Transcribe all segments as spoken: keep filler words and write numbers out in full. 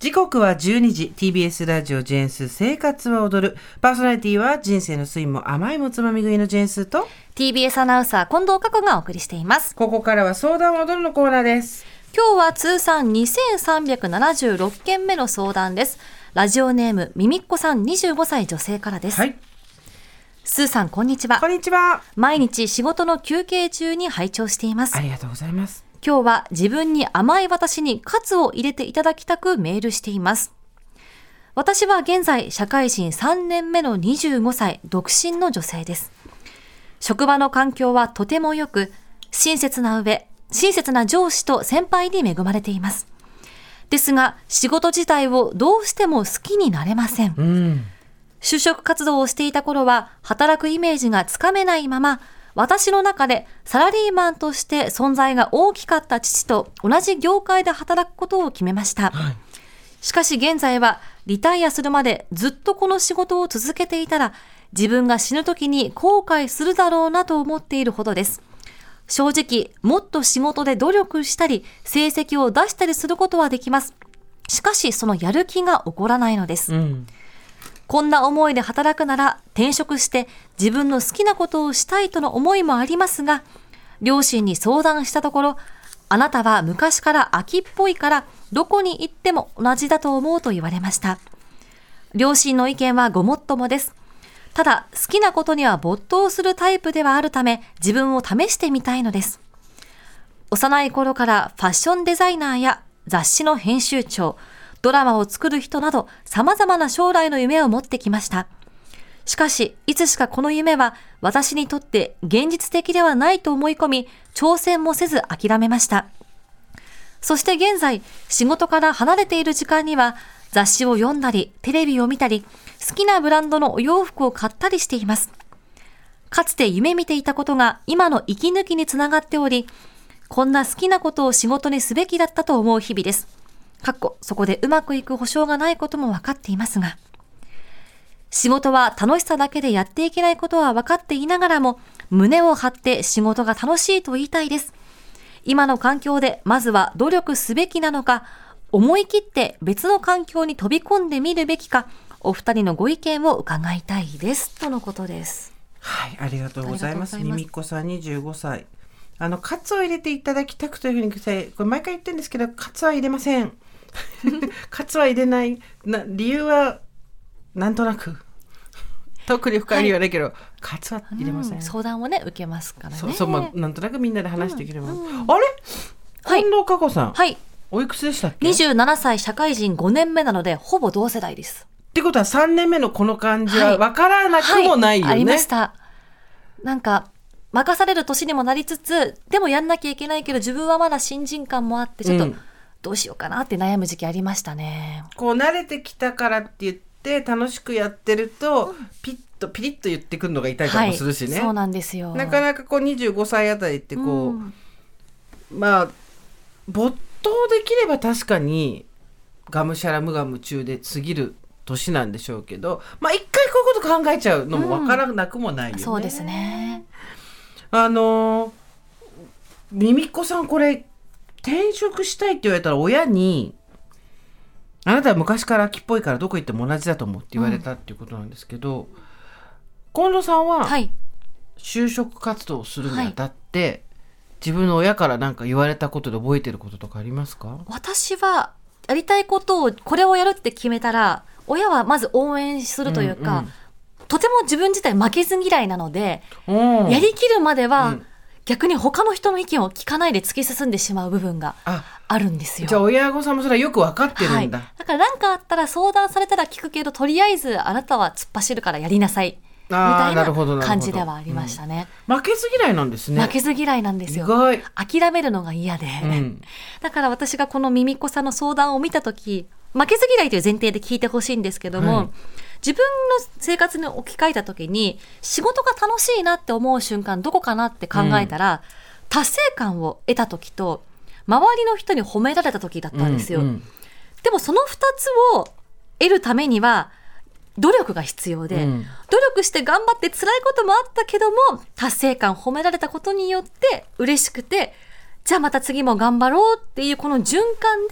時刻はじゅうにじ、 ティービーエス ラジオジェーンスー生活は踊る。パーソナリティは人生の酸いも甘いもつまみ食いのジェーンスーとティービーエス アナウンサー近藤佳子がお送りしています。 ここからは相談を踊るのコーナーです。 今日は通算にせんさんびゃくななじゅうろっけんめの相談です。ラジオネームみみっこさんにじゅうごさい女性からです。 はい、 スーさんこんにちは。 こんにちは。 毎日仕事の休憩中に拝聴しています。 ありがとうございます。 今日は自分に甘い私にカツを入れていただきたくメールしています。私は現在社会人さんねんめのにじゅうごさい独身の女性です。職場の環境はとても良く、親切な上、親切な上司と先輩に恵まれています。ですが仕事自体をどうしても好きになれません。 うん、 就職活動をしていた頃は働くイメージがつかめないまま、私の中でサラリーマンとして存在が大きかった父と同じ業界で働くことを決めました。 はい、 しかし現在はリタイアするまでずっとこの仕事を続けていたら自分が死ぬ時に後悔するだろうなと思っているほどです。正直もっと仕事で努力したり成績を出したりすることはできます。しかしそのやる気が起こらないのです。 うん、 こんな思いで働くなら転職して自分の好きなことをしたいとの思いもありますが、両親に相談したところ、あなたは昔から秋っぽいからどこに行っても同じだと思うと言われました。両親の意見はごもっともです。ただ好きなことには没頭するタイプではあるため自分を試してみたいのです。幼い頃からファッションデザイナーや雑誌の編集長、ドラマを作る人など様々な将来の夢を持ってきました。しかしいつしかこの夢は私にとって現実的ではないと思い込み、挑戦もせず諦めました。そして現在仕事から離れている時間には雑誌を読んだりテレビを見たり好きなブランドのお洋服を買ったりしています。かつて夢見ていたことが今の息抜きにつながっており、こんな好きなことを仕事にすべきだったと思う日々です。かっこそこでうまくいく保証がないことも分かっていますが、仕事は楽しさだけでやっていけないことは分かっていながらも胸を張って仕事が楽しいと言いたいです。今の環境でまずは努力すべきなのか、思い切って別の環境に飛び込んでみるべきか、お二人のご意見を伺いたいですとのことです。 はい、ありがとうございます。みみっこさんにじゅうごさい。あのカツを入れていただきたくというふうにこれ毎回言ってるんですけど、カツは入れません。カツは入れないな。理由はなんとなく特に深い理由はないけど、はい、カツは入れません、 うん、相談をね受けますからね。 そうそう、まあ、なんとなくみんなで話していければ、 うんうん、 あれ、 はい、 近藤佳子さん、 はい、 おいくつでしたっけ？ にじゅうななさい社会人ごねんめなのでほぼ同世代です。 ってことはさんねんめのこの感じは分からなくもないよね、 はいはい、ありました。なんか任される年にもなりつつ、でもやんなきゃいけないけど自分はまだ新人感もあってちょっとどうしようかなって悩む時期ありましたね、 うん、こう慣れてきたからって言って楽しくやってると、うん、ピッとピリッと言ってくるのが痛いかもするしね、 はい、そうなんですよ。 なかなかこうにじゅうごさいあたりってこう、うん、まあ没頭できれば確かにがむしゃら無我夢中で過ぎる年なんでしょうけど、まあ一回こういうこと考えちゃうのも分からなくもないよね、うん、 そうですね。 あのみみっこさん、これ転職したいって言われたら親に、あなたは昔から秋っぽいからどこ行っても同じだと思うって言われたっていうことなんですけど、うん、近藤さんは就職活動をするにあたって、はい、自分の親から何か言われたことで覚えてることとかありますか？ 私はやりたいことをこれをやるって決めたら親はまず応援するというか、うんうん、とても自分自体負けず嫌いなので、やりきるまでは、うん、逆に他の人の意見を聞かないで突き進んでしまう部分があるんですよ。 じゃあ親御さんもそれはよく分かってるんだ、 はい、だから何かあったら相談されたら聞くけど、とりあえずあなたは突っ走るからやりなさいみたいな感じではありましたね、 うん、負けず嫌いなんですね。 負けず嫌いなんですよ。 意外。諦めるのが嫌で、 うん、 だから私がこのみみっこさんの相談を見たとき、負けず嫌いという前提で聞いてほしいんですけども、はい、自分の生活に置き換えたときに仕事が楽しいなって思う瞬間どこかなって考えたら、うん、達成感を得たときと周りの人に褒められたときだったんですよ、うんうん、でもそのふたつを得るためには努力が必要で、うん、努力して頑張って辛いこともあったけども達成感褒められたことによって嬉しくて、じゃあまた次も頑張ろうっていうこの循環で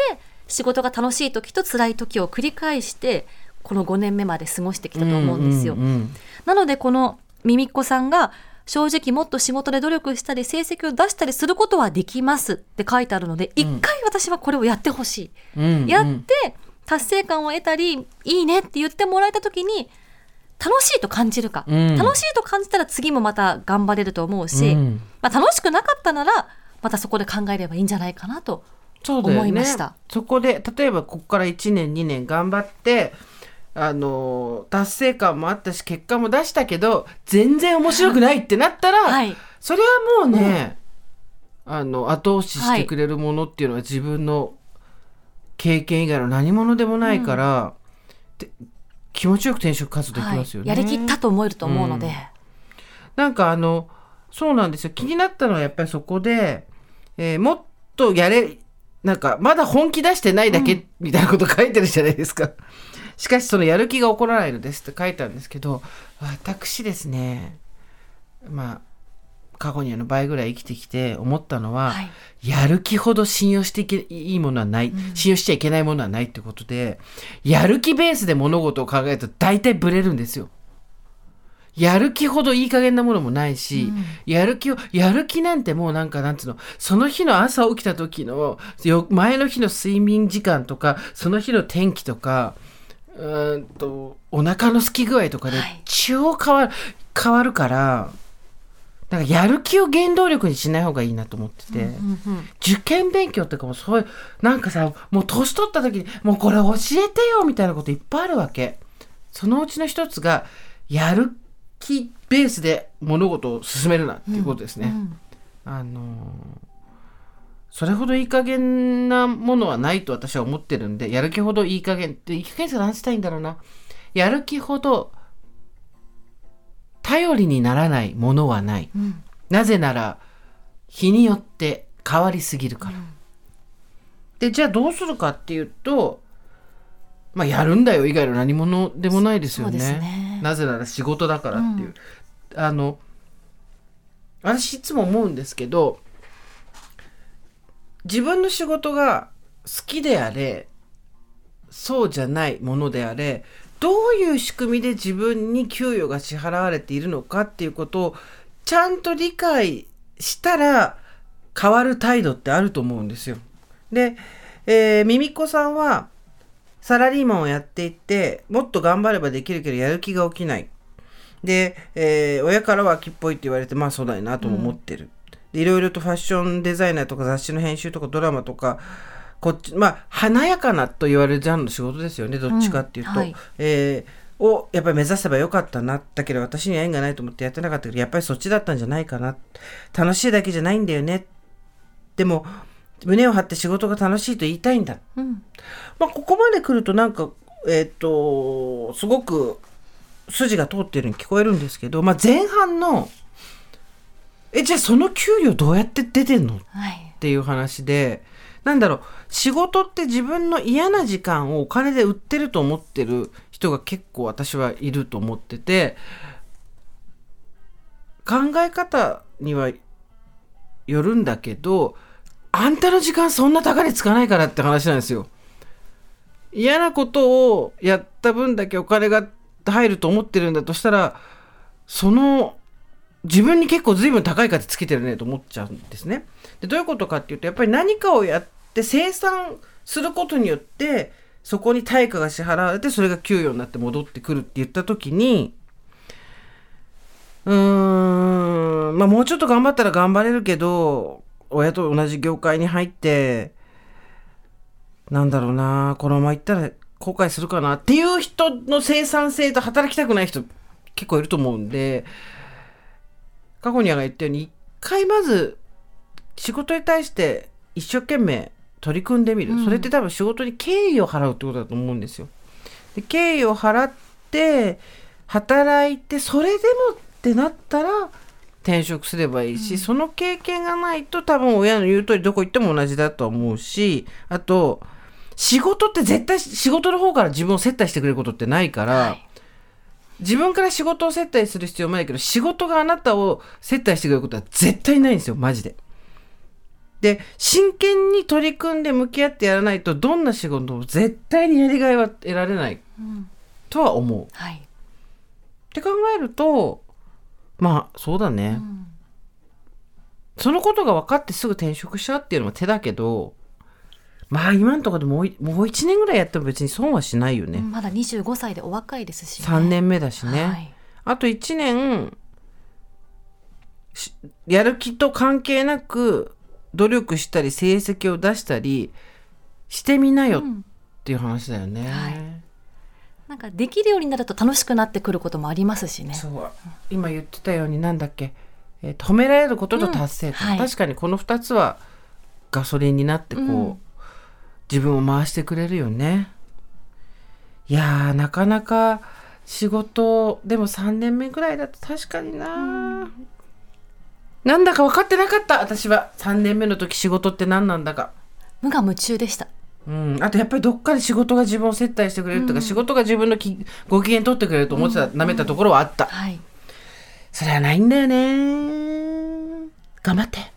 仕事が楽しい時と辛い時を繰り返してこのごねんめまで過ごしてきたと思うんですよ、 うんうんうん、 なのでこのみみっこさんが正直もっと仕事で努力したり成績を出したりすることはできますって書いてあるので、一、うん、回私はこれをやってほしい、うんうん、やって達成感を得たりいいねって言ってもらえた時に楽しいと感じるか、うん、楽しいと感じたら次もまた頑張れると思うし、うんまあ、楽しくなかったならまたそこで考えればいいんじゃないかなと思いました。 そ, ね、そこで例えばここからいちねんにねん頑張ってあの達成感もあったし結果も出したけど全然面白くないってなったら、はい、それはもうね、うん、あの後押ししてくれるものっていうのは自分の経験以外の何者でもないから、うん、気持ちよく転職活動できますよね、 はい、やりきったと思えると思うので、うん、 なんかあのそうなんですよ。気になったのはやっぱりそこで、えー、もっとやれなんかまだ本気出してないだけみたいなこと書いてるじゃないですか、うんしかしそのやる気が起こらないのですって書いてあるんですけど、私ですねまあ過去にあの倍ぐらい生きてきて思ったのは、はい、やる気ほど信用していけいいものはない、うん、信用しちゃいけないものはないってことで、やる気ベースで物事を考えると大体ブレるんですよ。やる気ほどいい加減なものもないし、うん、やる気をやる気なんてもうなんかなんつうのその日の朝起きた時の前の日の睡眠時間とかその日の天気とかうーんとお腹の空き具合とかで超変わる、はい、変わるからなんかやる気を原動力にしない方がいいなと思ってて、うんうんうん、受験勉強とかもそういうなんかさもう年取った時にもうこれ教えてよみたいなこといっぱいあるわけ。そのうちの一つがやる気ベースで物事を進めるなっていうことですね、うんうん、あのーそれほどいい加減なものはないと私は思ってるんで、やる気ほどいい加減っていい加減さ何したいんだろうな。やる気ほど頼りにならないものはない、うん、なぜなら日によって変わりすぎるから、うん、でじゃあどうするかっていうとまあやるんだよ以外の何者でもないですよ ね, ねなぜなら仕事だからっていう、うん、あの私いつも思うんですけど自分の仕事が好きであれそうじゃないものであれどういう仕組みで自分に給与が支払われているのかっていうことをちゃんと理解したら変わる態度ってあると思うんですよ。で、えー、みみっこさんはサラリーマンをやっていてもっと頑張ればできるけどやる気が起きないで、えー、親からは秋っぽいって言われてまあそうだよなとも思ってる、うん、いろいろとファッションデザイナーとか雑誌の編集とかドラマとかこっちまあ華やかなと言われるジャンルの仕事ですよねどっちかっていうと、うんはいえー、をやっぱり目指せばよかったなだけど私には縁がないと思ってやってなかったけどやっぱりそっちだったんじゃないかな楽しいだけじゃないんだよねでも胸を張って仕事が楽しいと言いたいんだ、うんまあ、ここまで来るとなんかえっとすごく筋が通っているように聞こえるんですけど、まあ、前半のえじゃあその給料どうやって出てんの、はい、っていう話でなんだろう仕事って自分の嫌な時間をお金で売ってると思ってる人が結構私はいると思ってて考え方にはよるんだけどあんたの時間そんな高値つかないからって話なんですよ。嫌なことをやった分だけお金が入ると思ってるんだとしたらその自分に結構随分高い価値つけてるねと思っちゃうんですね。でどういうことかっていうとやっぱり何かをやって生産することによってそこに対価が支払われてそれが給与になって戻ってくるって言った時にうーんまあもうちょっと頑張ったら頑張れるけど親と同じ業界に入ってなんだろうなこのまま行ったら後悔するかなっていう人の生産性と働きたくない人結構いると思うんで過去には言ったように一回まず仕事に対して一生懸命取り組んでみる、うん、それって多分仕事に敬意を払うってことだと思うんですよ。で敬意を払って働いてそれでもってなったら転職すればいいし、うん、その経験がないと多分親の言う通りどこ行っても同じだと思うしあと仕事って絶対仕事の方から自分を接待してくれることってないから、はい、自分から仕事を接待する必要もないけど仕事があなたを接待してくれることは絶対ないんですよマジで。 で真剣に取り組んで向き合ってやらないとどんな仕事も絶対にやりがいは得られないとは思う、うんはい、って考えるとまあそうだね、うん、そのことが分かってすぐ転職しちゃうっていうのも手だけどまあ今のところでもう、もういちねんぐらいやっても別に損はしないよね、うん、 まだにじゅうごさいでお若いですし、ね、 さんねんめだしね、はい、あといちねんやる気と関係なく努力したり成績を出したりしてみなよっていう話だよね、うんはい、 なんかできるようになると楽しくなってくることもありますしね。 そう今言ってたようになんだっけ、えー、褒められることと達成と、うんはい、確かにこのふたつはガソリンになってこう、うん、自分を回してくれるよね。いやーなかなか仕事でもさんねんめぐらいだと確かにな、うんなんだか分かってなかった私はさんねんめの時仕事って何なんだか無我夢中でした、 うん、あとやっぱりどっかで仕事が自分を接待してくれるとか、うん、仕事が自分のきご機嫌取ってくれると思ってた、うん、舐めたところはあった、うんはい、それはないんだよね頑張って